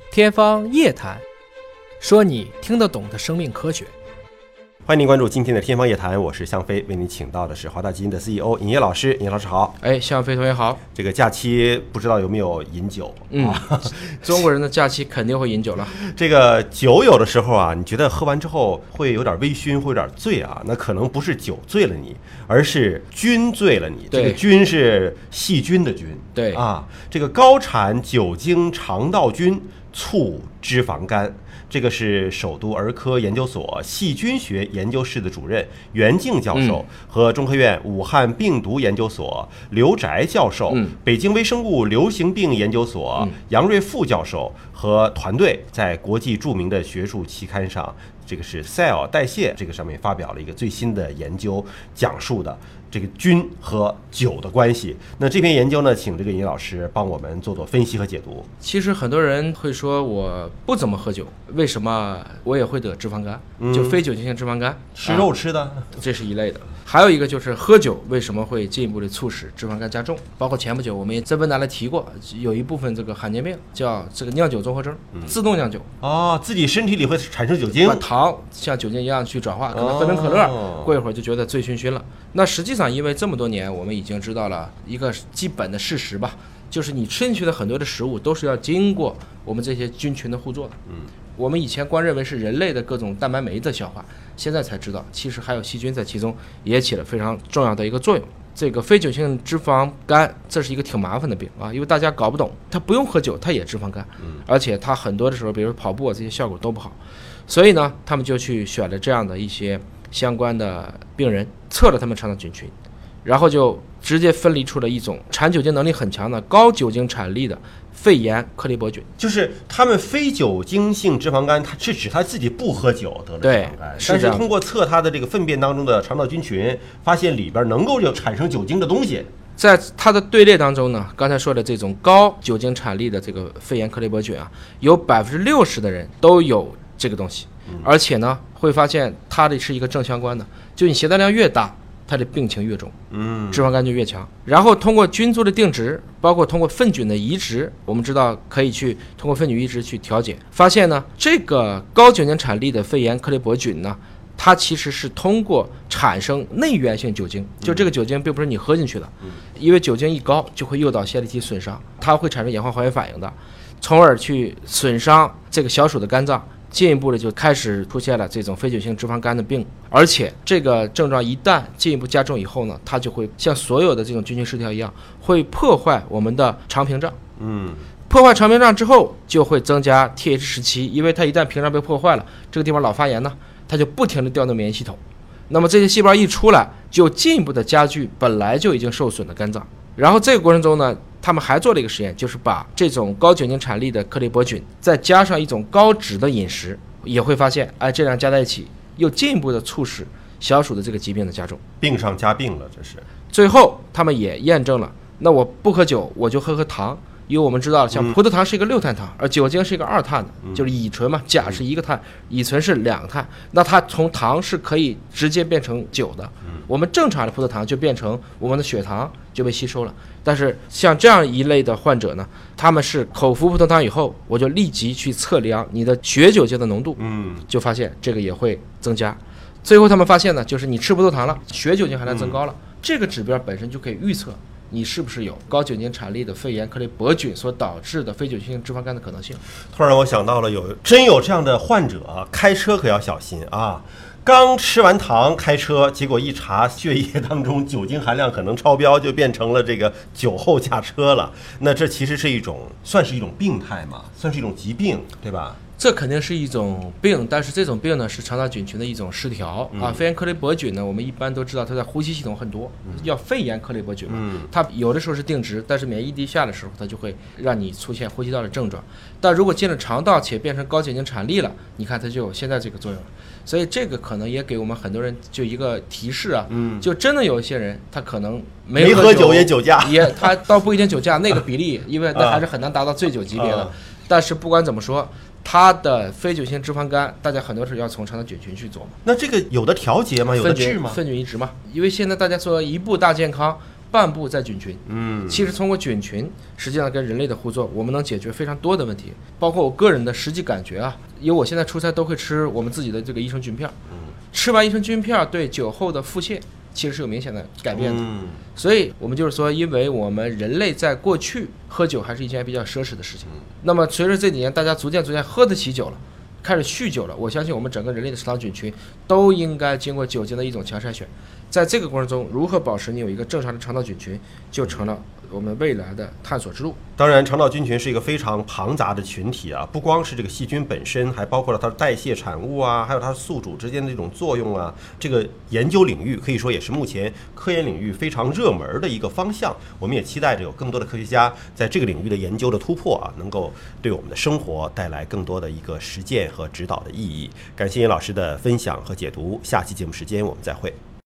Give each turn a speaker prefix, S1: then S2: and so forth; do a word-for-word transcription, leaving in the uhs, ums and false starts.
S1: 天方夜谭，说你听得懂的生命科学。
S2: 欢迎您关注今天的天方夜谭，我是向飞，为您请到的是华大基因的 C E O 尹烨老师。尹烨老师好。
S1: 哎，向飞同学好。
S2: 这个假期不知道有没有饮酒？
S1: 嗯，啊、中国人的假期肯定会饮酒了。
S2: 这个酒有的时候啊，你觉得喝完之后会有点微醺，会有点醉啊，那可能不是酒醉了你，而是菌醉了你。这个菌是细菌的菌。
S1: 对
S2: 啊，这个高产酒精肠道菌促脂肪肝。这个是首都儿科研究所细菌学研究室的主任袁静教授、嗯、和中科院武汉病毒研究所刘翟教授、嗯、北京微生物流行病研究所、嗯、杨瑞副教授和团队在国际著名的学术期刊上，这个是 Cell 代谢这个上面发表了一个最新的研究，讲述的这个菌和酒的关系。那这篇研究呢，请这个尹老师帮我们做做分析和解读。
S1: 其实很多人会说我不怎么喝酒，为什么我也会得脂肪肝、嗯、就非酒精性脂肪肝，
S2: 吃肉吃的、啊、
S1: 这是一类的。还有一个就是喝酒为什么会进一步的促使脂肪肝加重，包括前不久我们也在问答来提过，有一部分这个罕见病叫这个酿酒综合征、嗯、自动酿酒
S2: 哦，自己身体里会产生酒精，
S1: 把糖像酒精一样去转化，可能喝成可乐、哦、过一会儿就觉得醉醺醺了。那实际上因为这么多年我们已经知道了一个基本的事实吧，就是你吃进去的很多的食物都是要经过我们这些菌群的互作的。嗯，我们以前光认为是人类的各种蛋白酶的消化，现在才知道其实还有细菌在其中也起了非常重要的一个作用。这个非酒精脂肪肝这是一个挺麻烦的病啊，因为大家搞不懂，它不用喝酒它也脂肪肝，而且它很多的时候比如跑步啊这些效果都不好，所以呢他们就去选了这样的一些相关的病人，测了他们肠道菌群，然后就直接分离出了一种产酒精能力很强的高酒精产力的肺炎克利伯菌。
S2: 就是他们非酒精性脂肪肝，它是指他自己不喝酒得了脂肪肝，但是通过测他的这个粪便当中的肠道菌群，发现里边能够有产生酒精的东西。
S1: 在它的队列当中呢，刚才说的这种高酒精产力的这个肺炎克利伯菌啊，有百分之六十的人都有这个东西，而且呢会发现它的是一个正相关的，就你携带量越大，它的病情越重，嗯，脂肪肝就越强。然后通过菌株的定植，包括通过粪菌的移植，我们知道可以去通过粪菌移植去调节，发现呢这个高酒精产力的肺炎克利伯菌呢，它其实是通过产生内源性酒精，就这个酒精并不是你喝进去的，因为酒精一高就会诱导线粒体损伤，它会产生氧化还原反应的，从而去损伤这个小鼠的肝脏，进一步的就开始出现了这种非酒精脂肪肝的病。而且这个症状一旦进一步加重以后呢，它就会像所有的这种菌群失调一样，会破坏我们的肠屏障。嗯，破坏肠屏障之后就会增加 T H 十七， 因为它一旦屏障被破坏了，这个地方老发炎呢，它就不停地调动免疫系统，那么这些细胞一出来就进一步的加剧本来就已经受损的肝脏。然后这个过程中呢，他们还做了一个实验，就是把这种高酒精产力的克利伯菌再加上一种高脂的饮食，也会发现哎，这两加在一起又进一步的促使小鼠的这个疾病的加重，
S2: 病上加病了。这是
S1: 最后他们也验证了，那我不喝酒我就喝喝糖，因为我们知道像葡萄糖是一个六碳糖，而酒精是一个二碳的，就是乙醇嘛，钾是一个碳，乙醇是两碳，那它从糖是可以直接变成酒的。我们正常的葡萄糖就变成我们的血糖就被吸收了，但是像这样一类的患者呢，他们是口服葡萄糖以后，我就立即去测量你的血酒精的浓度，嗯，就发现这个也会增加。最后他们发现呢，就是你吃葡萄糖了，血酒精含量增高了，这个指标本身就可以预测你是不是有高酒精产力的肺炎克利伯菌所导致的非酒精性脂肪肝的可能性。
S2: 突然我想到了，有真有这样的患者，开车可要小心啊！刚吃完糖开车，结果一查血液当中酒精含量可能超标，就变成了这个酒后驾车了。那这其实是一种，算是一种病态嘛，算是一种疾病，对吧？
S1: 这肯定是一种病，但是这种病呢是肠道菌群的一种失调、嗯、啊。肺炎克利伯菌呢，我们一般都知道它在呼吸系统很多，叫肺炎克利伯菌嘛、嗯。它有的时候是定植，但是免疫低下的时候，它就会让你出现呼吸道的症状。但如果进了肠道且变成高酒精产力了，你看它就有现在这个作用了。所以这个可能也给我们很多人就一个提示啊，嗯，就真的有一些人他可能没喝 酒,
S2: 没喝酒也酒驾，
S1: 也他倒不一定酒驾，那个比例因为那还是很难达到醉酒级别的。啊、但是不管怎么说，它的非酒精脂肪肝，大家很多时候要从肠道菌群去做嘛。
S2: 那这个有的调节吗？有的治吗？
S1: 粪菌移植嘛。因为现在大家说一步大健康， 半部在菌群。
S2: 嗯，
S1: 其实通过菌群，实际上跟人类的互作，我们能解决非常多的问题，包括我个人的实际感觉啊，因为我现在出差都会吃我们自己的这个益生菌片，嗯，吃完益生菌片对酒后的腹泻其实是有明显的改变的。
S2: 嗯，
S1: 所以我们就是说，因为我们人类在过去喝酒还是一件比较奢侈的事情，那么随着这几年大家逐渐逐渐喝得起酒了，开始酗酒了，我相信我们整个人类的食糖菌群都应该经过酒精的一种强筛选。在这个过程中，如何保持你有一个正常的肠道菌群，就成了我们未来的探索之路。
S2: 当然，肠道菌群是一个非常庞杂的群体啊，不光是这个细菌本身，还包括了它的代谢产物啊，还有它的宿主之间的这种作用啊。这个研究领域可以说也是目前科研领域非常热门的一个方向。我们也期待着有更多的科学家在这个领域的研究的突破啊，能够对我们的生活带来更多的一个实践和指导的意义。感谢叶老师的分享和解读，下期节目时间我们再会。